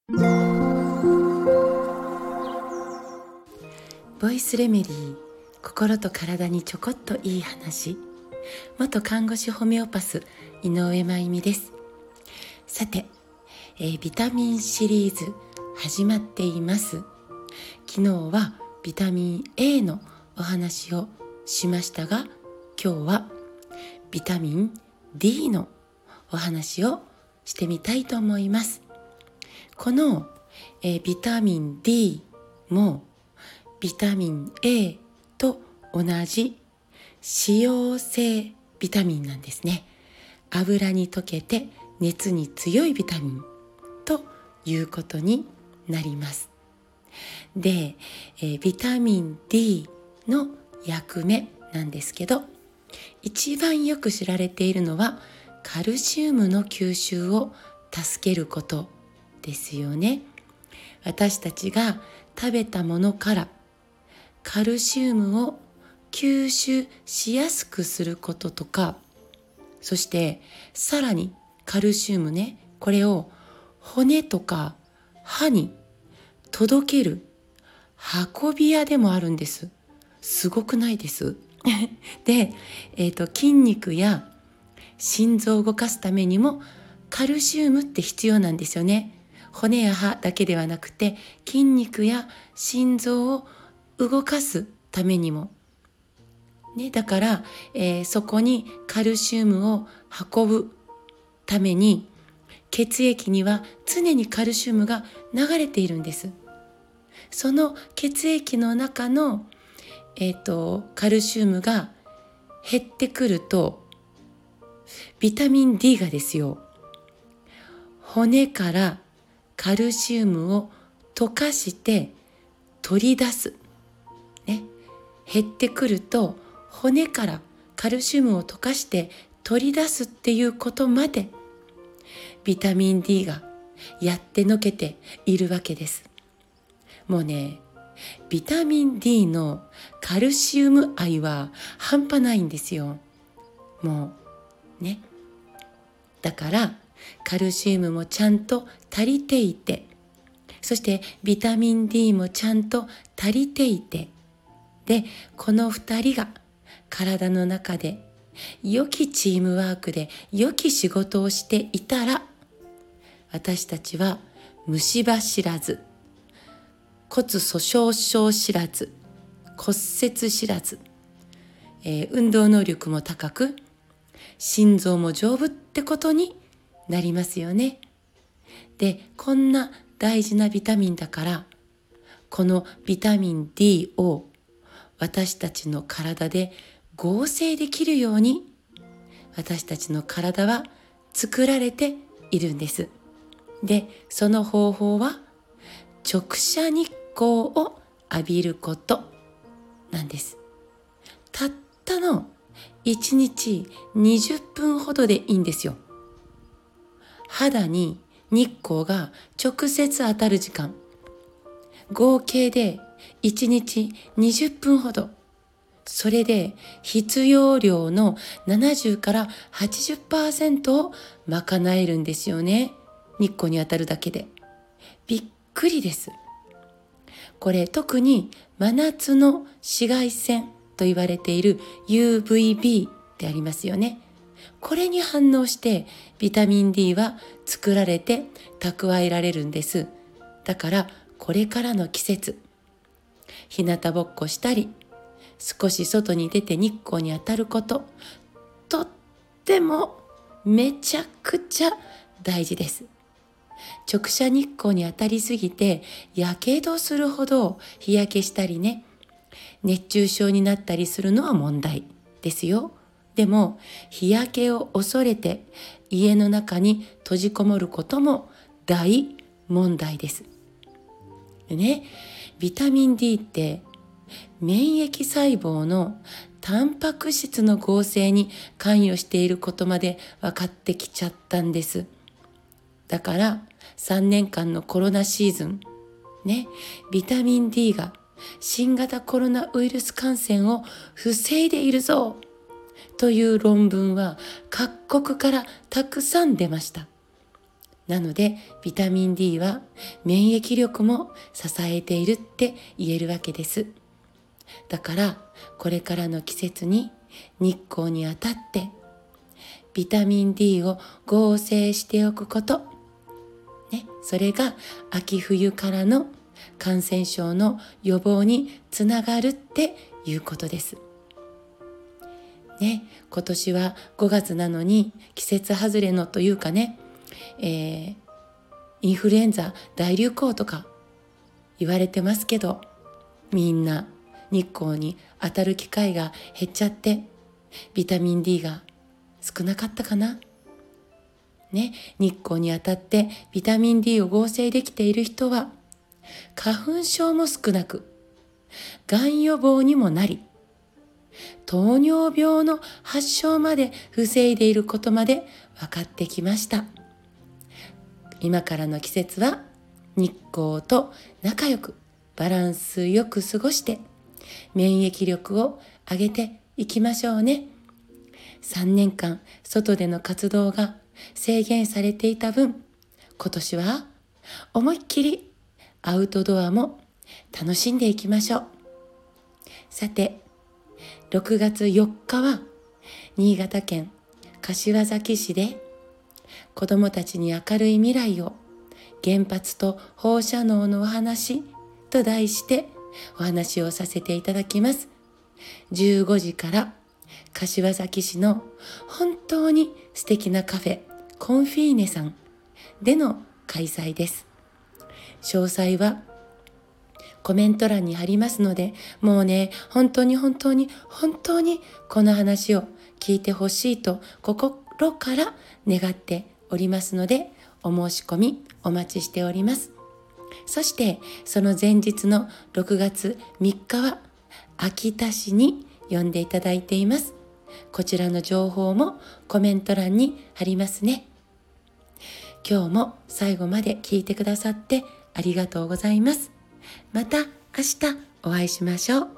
ボイスレメディー、心と体にちょこっといい話。元看護師ホメオパス井上真由美です。さて、ビタミンシリーズ始まっています。昨日はビタミン A のお話をしましたが、今日はビタミン D のお話をしてみたいと思います。この、ビタミン D もビタミン A と同じ脂溶性ビタミンなんですね。油に溶けて熱に強いビタミンということになります。で、ビタミン D の役目なんですけど、一番よく知られているのはカルシウムの吸収を助けることですよね。私たちが食べたものからカルシウムを吸収しやすくすることとか、そしてさらにカルシウムね、これを骨とか歯に届ける運び屋でもあるんです。すごくないですで、筋肉や心臓を動かすためにもカルシウムって必要なんですよね。骨や歯だけではなくて筋肉や心臓を動かすためにも、ね、だから、そこにカルシウムを運ぶために血液には常にカルシウムが流れているんです。その血液の中の、カルシウムが減ってくるとビタミン D がですよ、骨からカルシウムを溶かして取り出す、ね、減ってくると骨からカルシウムを溶かして取り出すっていうことまでビタミン D がやってのけているわけです。もうね、ビタミン D のカルシウム愛は半端ないんですよ。もうね、だからカルシウムもちゃんと足りていて、そしてビタミン D もちゃんと足りていて、でこの2人が体の中で良きチームワークで良き仕事をしていたら、私たちは虫歯知らず、骨粗鬆症知らず、骨折知らず、運動能力も高く心臓も丈夫ってことになりますよね。で、こんな大事なビタミンだから、このビタミン D を私たちの体で合成できるように私たちの体は作られているんです。で、その方法は直射日光を浴びることなんです。たったの1日20分ほどでいいんですよ。肌に日光が直接当たる時間、合計で1日20分ほど。それで必要量の70から80% を賄えるんですよね。日光に当たるだけで。びっくりです。これ特に真夏の紫外線と言われている UVB ってありますよね。これに反応してビタミン D は作られて蓄えられるんです。だからこれからの季節、日向ぼっこしたり、少し外に出て日光に当たること、とってもめちゃくちゃ大事です。直射日光に当たりすぎてやけどするほど日焼けしたりね、熱中症になったりするのは問題ですよ。でも日焼けを恐れて家の中に閉じこもることも大問題です。でね、ビタミン D って免疫細胞のタンパク質の合成に関与していることまで分かってきちゃったんです。だから3年間のコロナシーズンね、ビタミン D が新型コロナウイルス感染を防いでいるぞという論文は各国からたくさん出ました。 なのでビタミン D は免疫力も支えているって言えるわけです。だからこれからの季節に日光に当たってビタミン D を合成しておくこと、それが秋冬からの感染症の予防につながるっていうことです。今年は5月なのに季節外れのというかインフルエンザ大流行とか言われてますけど、みんな日光に当たる機会が減っちゃってビタミン D が少なかったかな。日光に当たってビタミン D を合成できている人は花粉症も少なく、がん予防にもなり、糖尿病の発症まで防いでいることまで分かってきました。今からの季節は日光と仲良くバランスよく過ごして免疫力を上げていきましょうね。3年間外での活動が制限されていた分、今年は思いっきりアウトドアも楽しんでいきましょう。さて、6月4日は新潟県柏崎市で子どもたちに明るい未来を原発と放射能のお話と題してお話をさせていただきます。15時から柏崎市の本当に素敵なカフェコンフィーネさんでの開催です。詳細はコメント欄に貼りますので、もうね、本当にこの話を聞いてほしいと心から願っておりますので、お申し込みお待ちしております。そしてその前日の6月3日は秋田市に呼んでいただいています。こちらの情報もコメント欄に貼りますね。今日も最後まで聞いてくださってありがとうございます。また明日お会いしましょう。